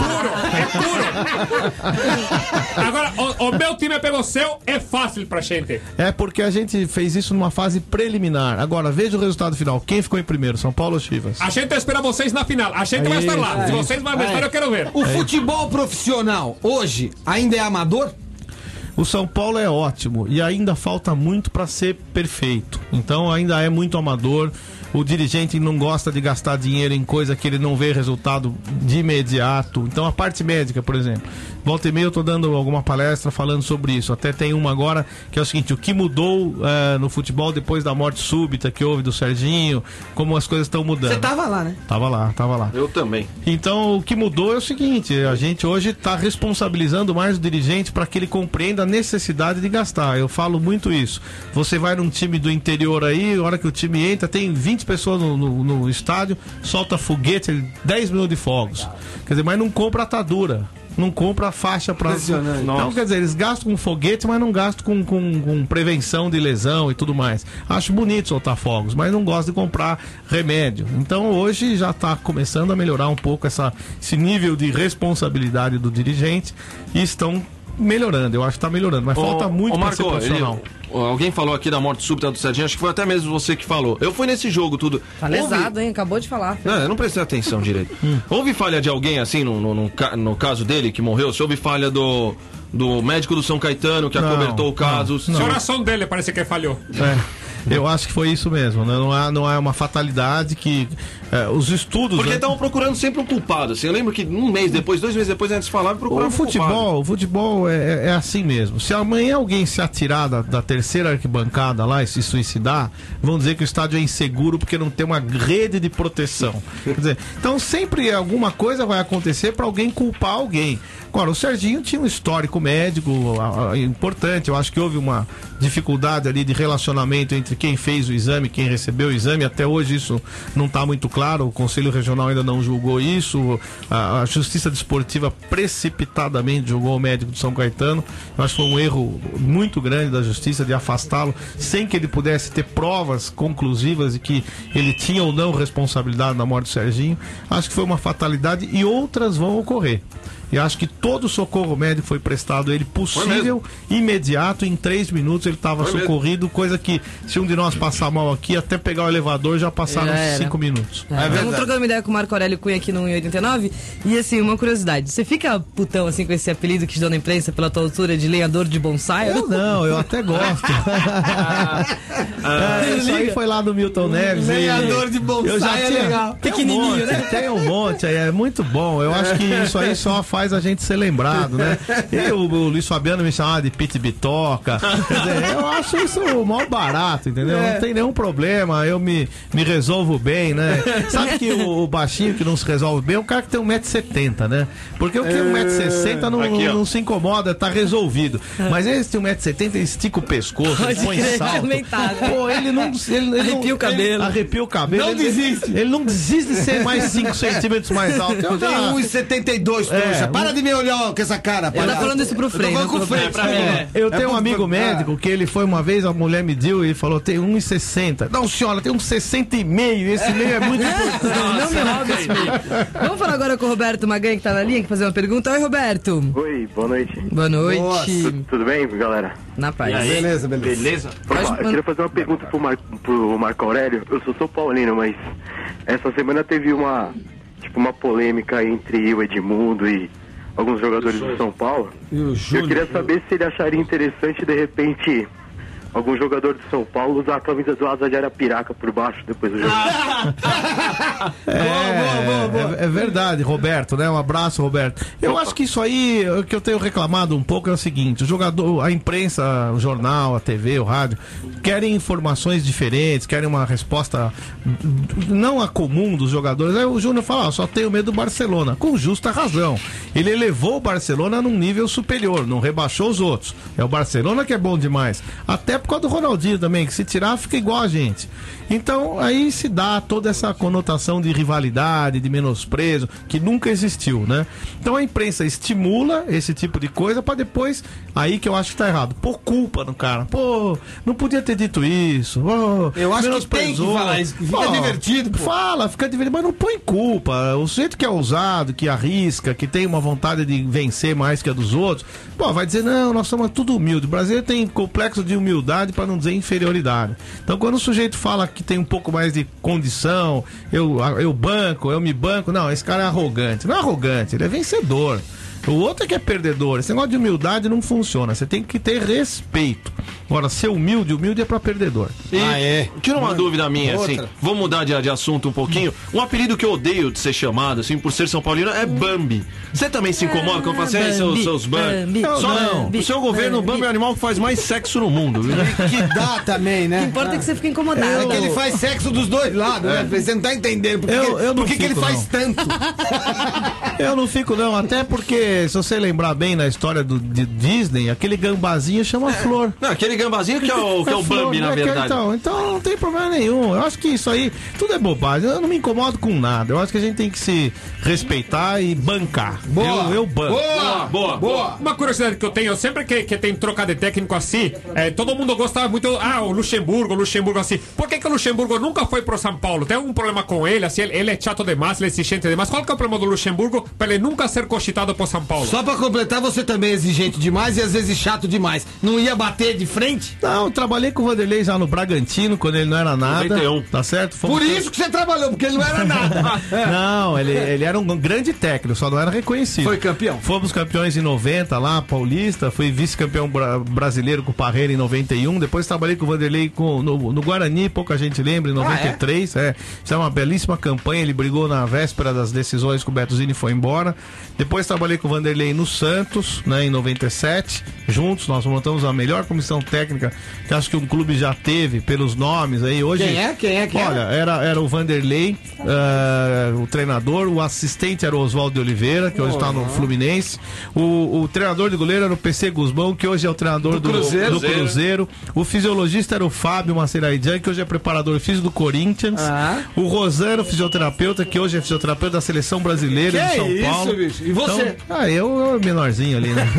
É puro. Agora, o meu time pegou o seu, é fácil pra gente. É porque a gente fez isso numa fase preliminar. Agora, veja o resultado final. Quem ficou em primeiro, São Paulo ou Chivas? A gente espera vocês na final. A gente vai estar lá. Se vocês vão estar, eu quero ver. O futebol profissional, hoje, ainda é amador? O São Paulo é ótimo e ainda falta muito para ser perfeito. Então ainda é muito amador. o dirigente não gosta de gastar dinheiro em coisa que ele não vê resultado de imediato. Então a parte médica, por exemplo, volta e meia eu tô dando alguma palestra falando sobre isso, até tem uma agora que é o seguinte: o que mudou no futebol depois da morte súbita que houve do Serginho, como as coisas estão mudando. Você tava lá, né? Tava lá. Eu também. Então o que mudou é o seguinte: a gente hoje está responsabilizando mais o dirigente para que ele compreenda a necessidade de gastar. Eu falo muito isso. Você vai num time do interior aí, a hora que o time entra, tem 20 pessoas no estádio, solta foguete, 10 minutos de fogos. Quer dizer, mas não compra atadura. Não compra a faixa para. Então, quer dizer, eles gastam com foguete, mas não gastam com prevenção de lesão e tudo mais. Acho bonito soltar fogos, mas não gosto de comprar remédio. Então, hoje já está começando a melhorar um pouco esse nível de responsabilidade do dirigente e estão melhorando. Eu acho que está melhorando, mas falta muito para ser profissional. Alguém falou aqui da morte súbita do Serginho, acho que foi até mesmo você que falou. Eu fui nesse jogo, tudo. Tá lesado, hein? Acabou de falar. Eu não prestei atenção direito. Houve falha de alguém, assim, no caso dele, que morreu? Se houve falha do médico do São Caetano, que acobertou o caso? A oração dele parece que falhou. Eu acho que foi isso mesmo, né? Não é uma fatalidade que os estudos... Porque estavam procurando sempre um culpado, assim. Eu lembro que 2 meses depois antes falavam e procuravam o futebol é assim mesmo. Se amanhã alguém se atirar da terceira arquibancada lá e se suicidar, vão dizer que o estádio é inseguro porque não tem uma rede de proteção. Quer dizer, então sempre alguma coisa vai acontecer para alguém culpar alguém. Agora, o Serginho tinha um histórico médico importante. Eu acho que houve uma dificuldade ali de relacionamento entre quem fez o exame, quem recebeu o exame. Até hoje isso não está muito claro. O Conselho Regional ainda não julgou isso. A Justiça Desportiva precipitadamente julgou o médico de São Caetano. Eu acho que foi um erro muito grande da Justiça de afastá-lo sem que ele pudesse ter provas conclusivas de que ele tinha ou não responsabilidade na morte do Serginho. Acho que foi uma fatalidade e outras vão ocorrer. E acho que todo o socorro médico foi prestado a ele possível, imediato, em 3 minutos ele estava socorrido, coisa que se um de nós passar mal aqui, até pegar o elevador já passaram 5 minutos. Estamos trocando uma ideia com o Marco Aurélio Cunha aqui no 89 e assim, uma curiosidade, você fica putão assim com esse apelido que te deu na imprensa pela tua altura de lenhador de bonsai? Eu até gosto. Isso aí foi lá do Milton Neves. Lenhador de bonsai, eu já tinha, legal. Pequenininho, né? Tem um monte, é muito bom. Eu acho que isso aí só faz a gente ser lembrado, né? E o Luiz Fabiano me chamava de Pit Bitoca. Quer dizer, eu acho isso mó barato, entendeu? Não tem nenhum problema, eu me resolvo bem, né? Sabe que o baixinho que não se resolve bem é o cara que tem 1,70 m, né? Porque o que 1,60 m não se incomoda, tá resolvido. Mas esse tem 1,70 m, ele estica o pescoço, ele põe salto. Pô, ele não... Arrepia o cabelo. Arrepia o cabelo. Não desiste. Ele não desiste de ser mais 5 centímetros mais alto. Eu tenho 1,72 m, trouxa. Para de me olhar com essa cara. Ele tá falando isso pro Frei. Eu tô falando com o Frei pra mim. Eu tenho um amigo médico que ele foi uma vez, a mulher mediu e falou, tem 1,60 m. Não, senhora, tem 1,60 e meio. Esse meio é muito importante. Não me roube esse meio. Vamos falar agora com o Roberto Maganha, que tá na linha, que fazer uma pergunta. Oi, Roberto. Oi, boa noite. Boa noite. Tudo bem, galera? Na paz. Beleza? Eu queria fazer uma pergunta pro Marco Aurélio. Eu sou São Paulino, mas essa semana teve uma polêmica entre o Edmundo e alguns jogadores do São Paulo. Eu queria saber se ele acharia interessante, de repente, algum jogador de São Paulo usar a camisa do Asa de Arapiraca por baixo depois do jogo. É verdade, Roberto, né? Um abraço, Roberto. Eu acho que isso aí, o que eu tenho reclamado um pouco é o seguinte: o jogador, a imprensa, o jornal, a TV, o rádio, querem informações diferentes, querem uma resposta não a comum dos jogadores. Aí o Júnior fala, só tenho medo do Barcelona, com justa razão. Ele elevou o Barcelona num nível superior, não rebaixou os outros. É o Barcelona que é bom demais. Até por causa do Ronaldinho também, que se tirar fica igual a gente. Então aí se dá toda essa conotação de rivalidade, de menosprezo, que nunca existiu, né? Então a imprensa estimula esse tipo de coisa pra depois, aí que eu acho que tá errado, pôr culpa no cara. Pô, não podia ter dito isso. Pô, eu acho que tem que falar isso, fica divertido. Pô. Fica divertido, mas não põe culpa. O sujeito que é ousado, que arrisca, que tem uma vontade de vencer mais que a dos outros, pô, vai dizer, não, nós somos tudo humilde. O brasileiro tem complexo de humildade, para não dizer inferioridade. Então quando o sujeito fala que tem um pouco mais de condição, eu me banco, não, esse cara é arrogante. Não é arrogante, ele é vencedor. O outro é que é perdedor. Esse negócio de humildade não funciona. Você tem que ter respeito. Agora, ser humilde é pra perdedor. Tira uma dúvida minha, assim. Vou mudar de assunto um pouquinho. Um apelido que eu odeio de ser chamado, assim, por ser São Paulino, é Bambi. Você também se incomoda quando eu faço seus Bambi? Não. O seu governo, o Bambi é o animal que faz mais sexo no mundo. Que dá também, né? O que importa é que você fica incomodado. É que ele faz sexo dos dois lados, né? Você não tá entendendo por que ele faz tanto. Eu não fico, não. Até porque, se você lembrar bem na história de Disney, aquele gambazinho chama Flor. Não, aquele gambazinho que é o Bambi, na verdade. Então não tem problema nenhum. Eu acho que isso aí, tudo é bobagem. Eu não me incomodo com nada. Eu acho que a gente tem que se respeitar e bancar. Eu banco. Boa. Uma curiosidade que eu tenho, sempre que tem troca de técnico assim, todo mundo gostava muito, o Luxemburgo assim. Por que o Luxemburgo nunca foi pro São Paulo? Tem algum problema com ele? Assim, ele é chato demais, ele é exigente demais. Qual que é o problema do Luxemburgo pra ele nunca ser cogitado pro São Paulo? Só pra completar, você também é exigente demais e às vezes chato demais. Não ia bater de frente? Não, eu trabalhei com o Vanderlei já no Bragantino, quando ele não era nada. 91. Tá certo? Por isso que você trabalhou, porque ele não era nada. Não, ele era um grande técnico, só não era reconhecido. Foi campeão. Fomos campeões em 90 lá, paulista. Fui vice-campeão brasileiro com o Parreira em 91. Depois trabalhei com o Vanderlei no Guarani, pouca gente lembra, em 93. Isso é uma belíssima campanha. Ele brigou na véspera das decisões que o Beto Zini foi embora. Depois trabalhei com o Vanderlei no Santos, né, em 97. Juntos, nós montamos a melhor comissão técnica que acho que um clube já teve, pelos nomes aí. Hoje, Quem é? Olha, era o Vanderlei, o treinador, o assistente era o Oswaldo de Oliveira, que hoje está no Fluminense. O treinador de goleiro era o PC Guzmão, que hoje é o treinador do Cruzeiro. O fisiologista era o Fábio Maceraidian, que hoje é preparador físico do Corinthians. O Rosano, fisioterapeuta, que hoje é fisioterapeuta da Seleção Brasileira de São Paulo. Bicho? E você? Então, eu menorzinho ali, né?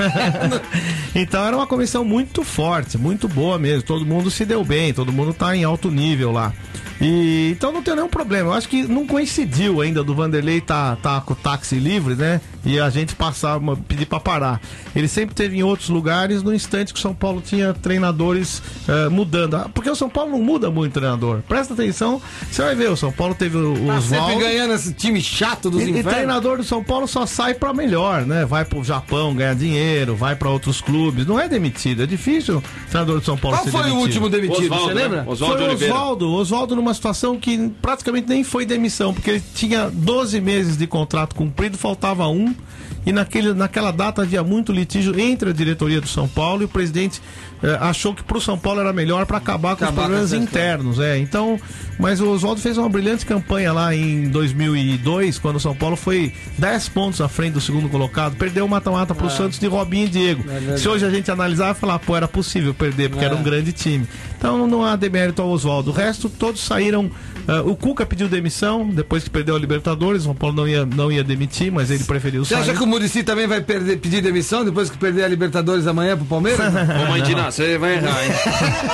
Então era uma comissão muito forte, muito boa mesmo. Todo mundo se deu bem, todo mundo tá em alto nível lá. Então não tem nenhum problema. Eu acho que não coincidiu ainda do Vanderlei tá com o táxi livre, né? E a gente pedir pra parar. Ele sempre teve em outros lugares no instante que o São Paulo tinha treinadores mudando. Porque o São Paulo não muda muito treinador. Presta atenção, você vai ver, o São Paulo teve o Oswaldo. Sempre ganhando esse time chato dos infernos. E treinador do São Paulo só sai pra melhor, né? Vai pro Japão ganhar dinheiro, vai pra outros clubes. Não é demitido, é difícil o treinador do São Paulo ser demitido. Qual foi o último demitido, Oswaldo, você lembra? Oswaldo O Oswaldo numa situação que praticamente nem foi demissão, porque ele tinha 12 meses de contrato cumprido, faltava um, e naquela data havia muito litígio entre a diretoria do São Paulo e o presidente achou que pro São Paulo era melhor para acabar com os problemas internos. Então, mas o Oswaldo fez uma brilhante campanha lá em 2002, quando o São Paulo foi 10 pontos à frente do segundo colocado, perdeu o mata-mata pro Santos de Robinho e Diego. Se hoje a gente analisar, vai falar, era possível perder, porque era um grande time. Então não há demérito ao Oswaldo. O resto, todos saíram. O Cuca pediu demissão depois que perdeu a Libertadores. O São Paulo não ia demitir, mas ele preferiu sair. Você acha que o Muricy também vai pedir demissão depois que perder a Libertadores amanhã pro Palmeiras? Ô, mãe de Iná, você vai errar, hein?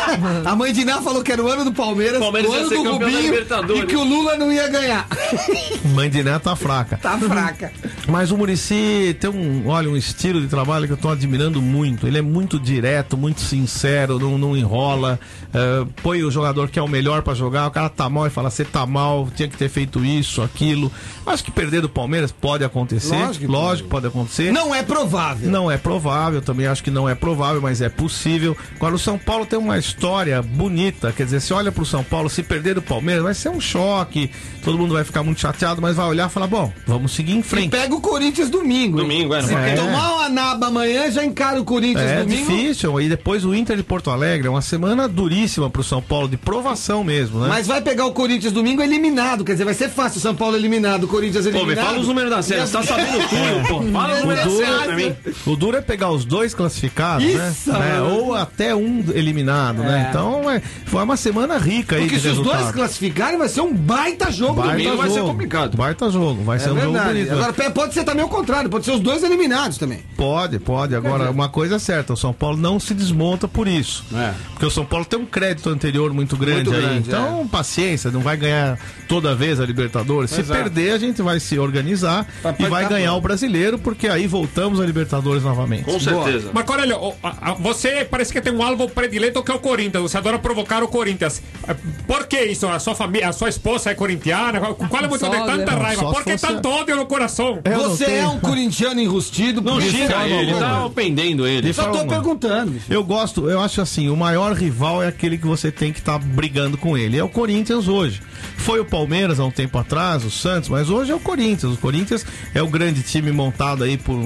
A mãe de Iná falou que era o ano do Palmeiras, o ano do Rubinho e que o Lula não ia ganhar. Mãe de Iná tá fraca. Tá fraca. Mas o Muricy tem um estilo de trabalho que eu tô admirando muito. Ele é muito direto, muito sincero, não enrola. Põe o jogador que é o melhor pra jogar, o cara tá mal e fala, você tá mal, tinha que ter feito isso, aquilo. Acho que perder do Palmeiras pode acontecer. Lógico que pode acontecer. Não é provável. Não é provável, também acho que não é provável, mas é possível. Agora, o São Paulo tem uma história bonita, quer dizer, se olha pro São Paulo, se perder do Palmeiras, vai ser um choque, todo mundo vai ficar muito chateado, mas vai olhar e falar, bom, vamos seguir em frente. E pega o Corinthians domingo. Se tomar uma naba amanhã, já encara o Corinthians domingo. É difícil, e depois o Inter de Porto Alegre, é uma semana duríssima pro São Paulo, de provação mesmo, né? Mas vai pegar o Corinthians domingo eliminado, quer dizer, vai ser fácil o São Paulo eliminado, o Corinthians eliminado. Pô, me fala os números da série, você tá sabendo tudo, pô. Fala os números da série pra mim. O duro é pegar os dois classificados, né? Ou até um eliminado, né? Então, foi uma semana rica aí. Porque se os dois classificarem, vai ser um baita jogo. Domingo vai ser complicado. Baita jogo, vai ser um jogo bonito. Agora, pode ser também o contrário, pode ser os dois eliminados também. Pode. Agora, uma coisa é certa, o São Paulo não se desmonta por isso. Porque o São Paulo tem um crédito anterior muito grande aí. Então, paciência, não vai ganhar toda vez a Libertadores. Se perder, a gente vai se organizar e vai ganhar o brasileiro, porque aí voltamos a Libertadores novamente. Com certeza. Marco Aurélio, você parece que tem um alvo predileto que é o Corinthians. Você adora provocar o Corinthians. Por que isso? A sua família, a sua esposa é corintiana? Qual é o motivo de tanta raiva? Por que tanto ódio no coração? Você é um corintiano enrustido? Não xinga ele, tá ofendendo ele. Só tô perguntando. Eu acho assim, o maior rival é aquele que você tem que estar brigando com ele. É o Corinthians hoje. Foi o Palmeiras há um tempo atrás, o Santos, mas hoje é o Corinthians. O Corinthians é o grande time montado aí por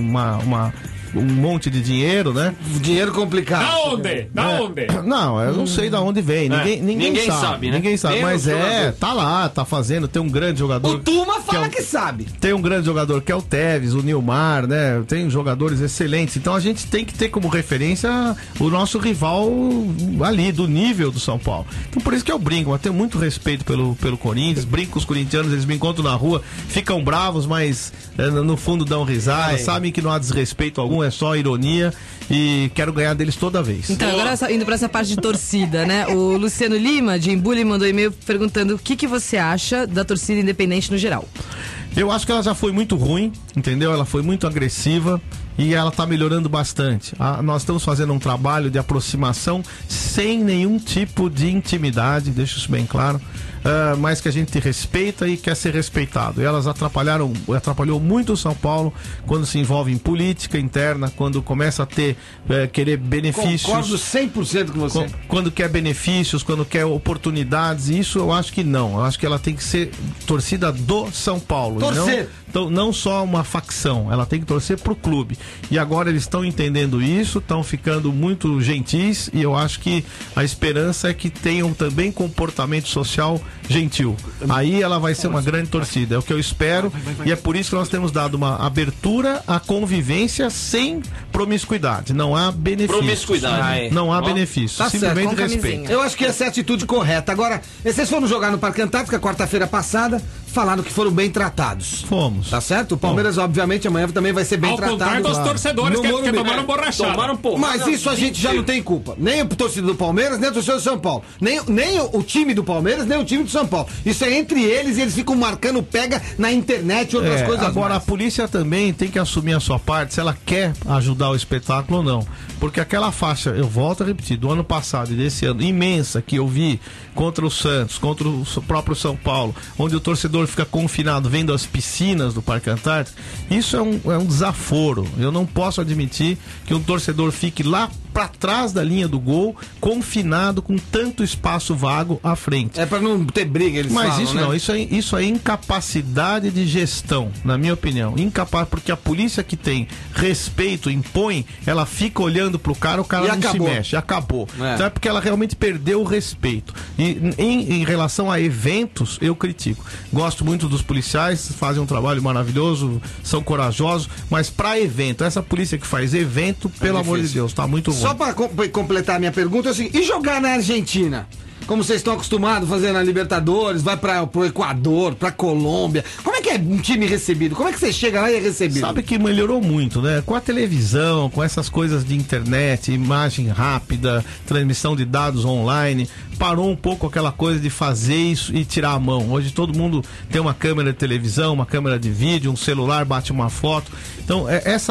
um monte de dinheiro, né? Dinheiro complicado. Da onde? Não, eu não sei da onde vem. Ninguém sabe, né? Ninguém sabe. Mas tá lá, tá fazendo. Tem um grande jogador. O Tuma fala que sabe. Tem um grande jogador que é o Tevez, o Nilmar, né? Tem jogadores excelentes. Então a gente tem que ter como referência o nosso rival ali, do nível do São Paulo. Então por isso que eu brinco. Eu tenho muito respeito pelo Corinthians. Brinco com os corintianos, eles me encontram na rua, ficam bravos, mas no fundo dão risada. Sabem que não há desrespeito algum. É só ironia e quero ganhar deles toda vez. Então, agora indo pra essa parte de torcida, né? O Luciano Lima, de Embule, mandou e-mail perguntando o que você acha da torcida independente no geral. Eu acho que ela já foi muito ruim, entendeu? Ela foi muito agressiva e ela tá melhorando bastante. Nós estamos fazendo um trabalho de aproximação sem nenhum tipo de intimidade, deixa isso bem claro. Mas que a gente respeita e quer ser respeitado. E elas atrapalhou muito o São Paulo quando se envolve em política interna, quando começa a ter querer benefícios. Concordo 100% com você. Quando quer benefícios, quando quer oportunidades, isso eu acho que não. Eu acho que ela tem que ser torcida do São Paulo. Torcer. Não só uma facção, ela tem que torcer pro clube. E agora eles estão entendendo isso, estão ficando muito gentis e eu acho que a esperança é que tenham também comportamento social gentil. Aí ela vai ser uma grande torcida, é o que eu espero e é por isso que nós temos dado uma abertura à convivência sem promiscuidade. Não há benefício. Promiscuidade. Não há benefício. Tá simplesmente certo, respeito. Eu acho que essa é a atitude correta. Agora, vocês foram jogar no Parque Antártica quarta-feira passada, falaram que foram bem tratados. Fomos. Tá certo? O Palmeiras, obviamente, amanhã também vai ser bem tratado. Ao contrário dos torcedores que tomaram borrachada. Mas isso a gente já não tem culpa. Nem o torcedor do Palmeiras, nem o torcedor do São Paulo. Nem o time do Palmeiras, nem o time do São Paulo. Isso é entre eles e eles ficam marcando pega na internet e outras coisas. Agora, mais. A polícia também tem que assumir a sua parte, se ela quer ajudar o espetáculo ou não. Porque aquela faixa, eu volto a repetir, do ano passado e desse ano, imensa, que eu vi contra o Santos, contra o próprio São Paulo, onde o torcedor fica confinado vendo as piscinas do Parque Antártico, isso é um desaforo. Eu não posso admitir que um torcedor fique lá para trás da linha do gol, confinado com tanto espaço vago à frente. É para não ter briga, eles falam, isso né? não, isso é incapacidade de gestão, na minha opinião. Incapaz, porque a polícia que tem respeito, impõe, ela fica olhando pro cara, o cara não se mexe, acabou. Então é porque ela realmente perdeu o respeito. E em relação a eventos, eu critico. Gosto muito dos policiais, fazem um trabalho maravilhoso, são corajosos, mas para evento, essa polícia que faz evento, pelo amor de Deus, tá muito ruim. Só para completar a minha pergunta, é o seguinte, e jogar na Argentina? Como vocês estão acostumados a fazer na Libertadores, vai pro Equador, pra Colômbia. Como é que é um time recebido? Como é que você chega lá e é recebido? Sabe que melhorou muito, né? Com a televisão, com essas coisas de internet, imagem rápida, transmissão de dados online, parou um pouco aquela coisa de fazer isso e tirar a mão. Hoje todo mundo tem uma câmera de televisão, uma câmera de vídeo, um celular, bate uma foto. Então,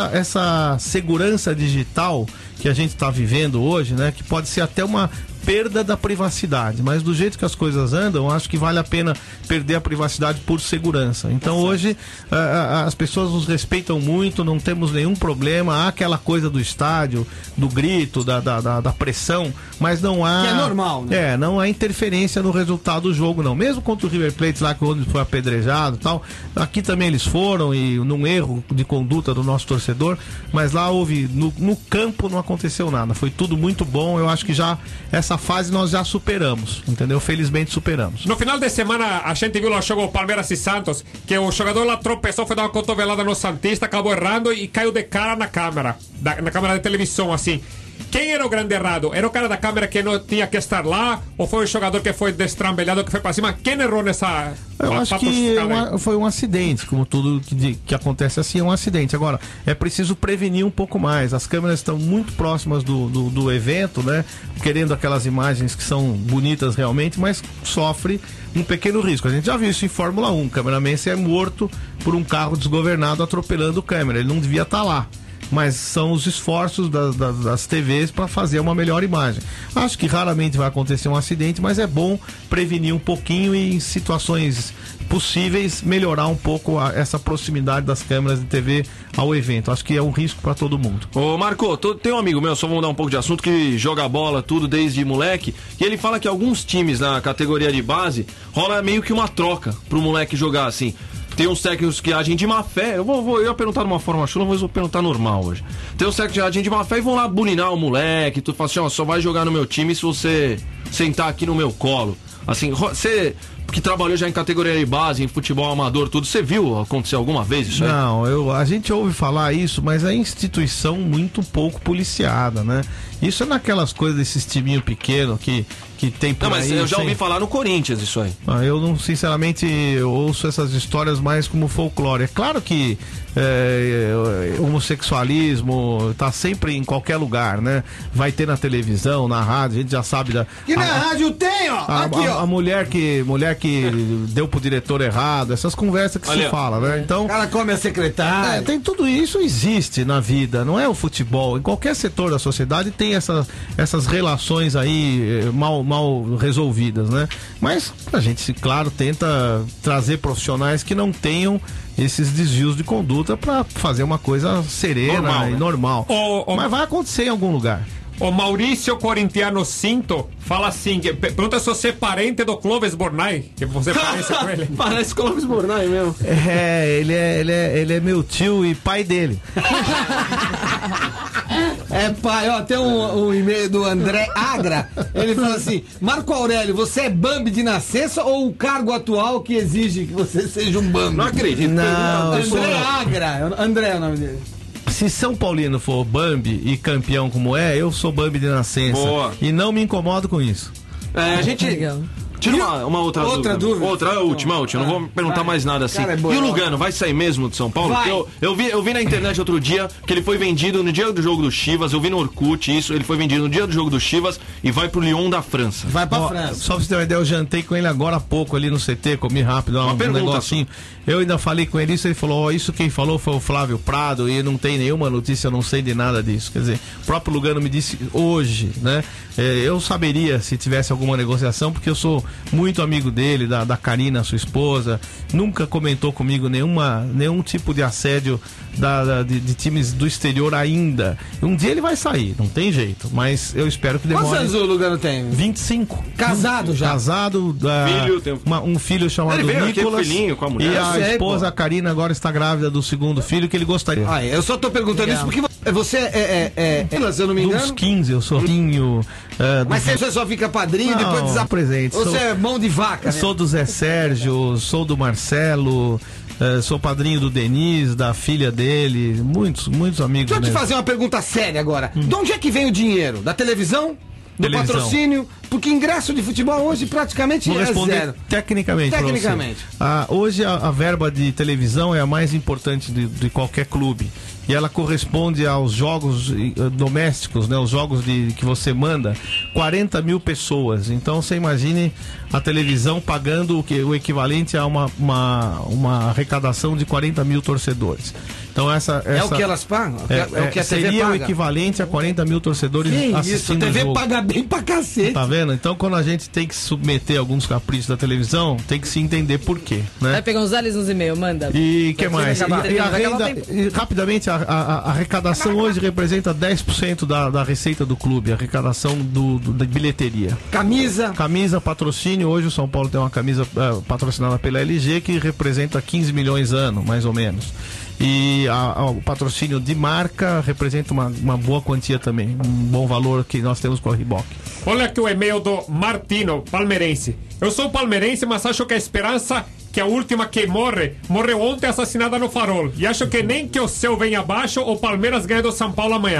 essa segurança digital que a gente está vivendo hoje, né? Que pode ser até uma perda da privacidade, mas do jeito que as coisas andam, acho que vale a pena perder a privacidade por segurança. Então hoje as pessoas nos respeitam muito, não temos nenhum problema, há aquela coisa do estádio, do grito, da pressão, mas não há... Que é normal, né? Não há interferência no resultado do jogo, não. Mesmo contra o River Plate lá, quando foi apedrejado e tal, aqui também eles foram e num erro de conduta do nosso torcedor, mas lá houve, no campo não aconteceu nada, foi tudo muito bom. Eu acho que já essa fase nós já superamos, entendeu? Felizmente superamos. No final de semana a gente viu o jogo Palmeiras e Santos, que o jogador lá tropeçou, foi dar uma cotovelada no Santista, acabou errando e caiu de cara na câmera, na câmera de televisão, assim. quem era o grande errado? Era o cara da câmera que não tinha que estar lá? Ou foi o jogador que foi destrambelhado, que foi pra cima? Quem errou nessa... Eu acho que foi um acidente, como tudo que acontece assim, é um acidente. Agora, é preciso prevenir um pouco mais. As câmeras estão muito próximas do evento, né? Querendo aquelas imagens que são bonitas realmente, mas sofre um pequeno risco. A gente já viu isso em Fórmula 1. O cameraman é morto por um carro desgovernado atropelando o câmera. Ele não devia estar lá. Mas são os esforços das TVs para fazer uma melhor imagem. Acho que raramente vai acontecer um acidente, mas é bom prevenir um pouquinho e em situações possíveis melhorar um pouco essa proximidade das câmeras de TV ao evento. Acho que é um risco para todo mundo. Ô Marco, tem um amigo meu, só vamos mudar um pouco de assunto, que joga bola tudo desde moleque, e ele fala que alguns times na categoria de base rola meio que uma troca pro moleque jogar assim. Tem uns técnicos que agem de má fé. Eu ia perguntar de uma forma chula, mas vou perguntar normal hoje. Tem uns técnicos que agem de má fé e vão lá buninar o moleque. Tu fala assim, ó, só vai jogar no meu time se você sentar aqui no meu colo. Assim, você que trabalhou já em categoria de base, em futebol amador, tudo, você viu acontecer alguma vez isso aí? Não, a gente ouve falar isso, mas é instituição muito pouco policiada, né? Isso é naquelas coisas desses timinhos pequenos que tem por aí. Não, mas eu já ouvi falar no Corinthians isso aí. Eu não, sinceramente, ouço essas histórias mais como folclore. É claro que homossexualismo tá sempre em qualquer lugar, né? Vai ter na televisão, na rádio, a gente já sabe da... Que na rádio tem, ó! Aqui, ó! A mulher que deu pro diretor errado, essas conversas que se fala, né? Então... O cara come a secretária. Tem tudo isso, existe na vida, não é o futebol. Em qualquer setor da sociedade tem essas relações aí mal resolvidas, né? Mas a gente, claro, tenta trazer profissionais que não tenham esses desvios de conduta para fazer uma coisa serena e normal. Mas vai acontecer em algum lugar. O Maurício Corintiano Cinto fala assim, pergunta se você é parente do Clóvis Bornai, que você parece com ele. Parece Clóvis Bornai mesmo. Ele é meu tio e pai dele. Pai, ó, tem um e-mail do André Agra. Ele fala assim: Marco Aurélio, você é Bambi de nascença ou o cargo atual que exige que você seja um Bambi? Não acredito. Não, André Agra. André é o nome dele. Se São Paulino for Bambi e campeão como eu sou Bambi de nascença. Boa. E não me incomodo com isso. A gente... Tira uma outra dúvida. A última. Não vou perguntar mais nada assim. Cara, e o Lugano vai sair mesmo de São Paulo? Eu vi na internet outro dia que ele foi vendido no dia do jogo do Chivas. Eu vi no Orkut isso. Ele foi vendido no dia do jogo do Chivas e vai pro Lyon da França. Vai pra França. Só pra você ter uma ideia, eu jantei com ele agora há pouco ali no CT, comi rápido um negocinho. Eu ainda falei com ele isso, ele falou, isso quem falou foi o Flávio Prado e não tem nenhuma notícia, eu não sei de nada disso. Quer dizer, o próprio Lugano me disse hoje, né? Eu saberia se tivesse alguma negociação, porque eu sou muito amigo dele, da Karina, sua esposa, nunca comentou comigo nenhum tipo de assédio de times do exterior ainda. Um dia ele vai sair, não tem jeito, mas eu espero que demore. Quantos anos o Lugano tem? 25. Casado já? Casado, um filho chamado Nicolas, com a mulher. E a esposa, a Karina, agora está grávida do segundo filho, que ele gostaria. Eu só tô perguntando isso porque você se eu não me engano? Dos 15, eu sou Rinho. Mas você só fica padrinho e depois desapresenta. Você é mão de vaca, né? Sou do Zé Sérgio, sou do Marcelo, sou padrinho do Denis, da filha dele, muitos amigos. Deixa eu te fazer uma pergunta séria agora. De onde é que vem o dinheiro? Da televisão? Do patrocínio? Porque ingresso de futebol hoje praticamente é zero. Tecnicamente. Hoje a verba de televisão é a mais importante de qualquer clube. E ela corresponde aos jogos domésticos, né? Os jogos que você manda, 40 mil pessoas. Então você imagine a televisão pagando o equivalente a uma arrecadação de 40 mil torcedores. Então é o que elas pagam? É o que a TV seria paga? o equivalente a 40 mil torcedores assistindo. A TV jogo. paga bem pra cacete. Tá vendo? Então quando a gente tem que submeter alguns caprichos da televisão, tem que se entender por quê, né? Vai pegar uns aliens nos e-mails, manda. E que mais? Rapidamente, a arrecadação hoje representa 10% da receita do clube, a arrecadação da bilheteria. Camisa, patrocínio. Hoje o São Paulo tem uma camisa patrocinada pela LG que representa 15 milhões ano, mais ou menos. E o patrocínio de marca representa uma boa quantia também, um bom valor que nós temos com a Reebok. Olha aqui o e-mail do Martino, palmeirense. Eu sou palmeirense, mas acho que a esperança que a última que morreu ontem assassinada no Farol. E acho que nem que o céu venha abaixo, o Palmeiras ganha do São Paulo amanhã.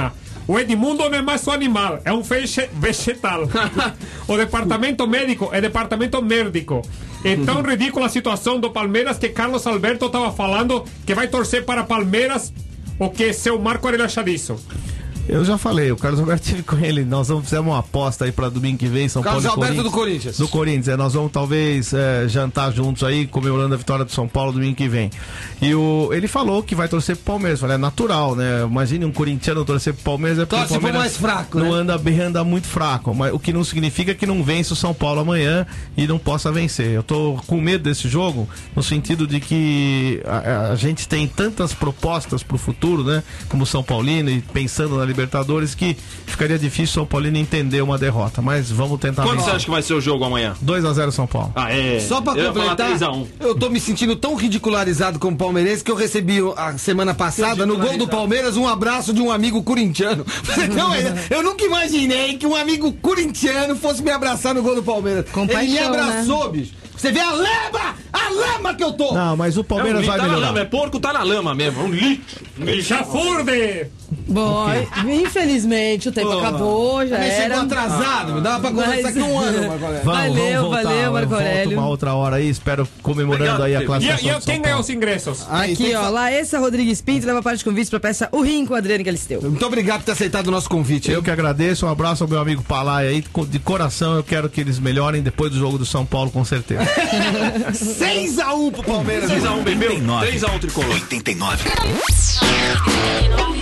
O Edmundo não é mais um animal, é um vegetal. O departamento médico é departamento médico. É tão ridícula a situação do Palmeiras que Carlos Alberto estava falando que vai torcer para Palmeiras, o que seu Marco Aurélio acha disso? Eu já falei, o Carlos Alberto estive com ele. Nós vamos fazer uma aposta aí pra domingo que vem, São Paulo e Carlos Corinthians. Alberto do Corinthians. Do Corinthians, nós vamos talvez jantar juntos aí, comemorando a vitória do São Paulo domingo que vem. E ele falou que vai torcer pro Palmeiras. Falei, é natural, né? Imagine um corintiano torcer pro Palmeiras, é porque o Palmeiras mais fraco, não né? anda bem, anda muito fraco. Mas o que não significa que não vence o São Paulo amanhã e não possa vencer. Eu tô com medo desse jogo, no sentido de que a gente tem tantas propostas pro futuro, né? Como São Paulino e pensando na Libertadores, que ficaria difícil o São Paulino entender uma derrota, mas vamos tentar. Quanto você acha que vai ser o jogo amanhã? 2-0 São Paulo. Ah, é. Só pra completar, 3-1. eu tô me sentindo tão ridicularizado como palmeirense que eu recebi a semana passada, no gol do Palmeiras, um abraço de um amigo corintiano. Não, eu nunca imaginei que um amigo corintiano fosse me abraçar no gol do Palmeiras. Compaixão, ele me abraçou, né? bicho. Você vê a lama que eu tô. Não, mas o Palmeiras vai tá melhorar. Na lama, é porco, tá na lama mesmo, é um lixo. Chafurde! Bom, infelizmente o tempo acabou, já Também chegou era. atrasado, dava pra conversar aqui um ano, Marco Aurélio. Valeu, valeu, Marco Aurélio. Uma outra hora aí, espero comemorando aí a classificação. E do São quem ganhou Paulo. os ingressos? Aqui, ó, Laessa Rodrigues Pinto leva parte de convites pra peça O Rim com a Adriane Galisteu. Muito obrigado por ter aceitado o nosso convite. Eu que agradeço, um abraço ao meu amigo Palai aí, de coração eu quero que eles melhorem depois do jogo do São Paulo, com certeza. 6-1 pro Palmeiras. 6-1, bebeu. 89. 3-1 tricolor. 89.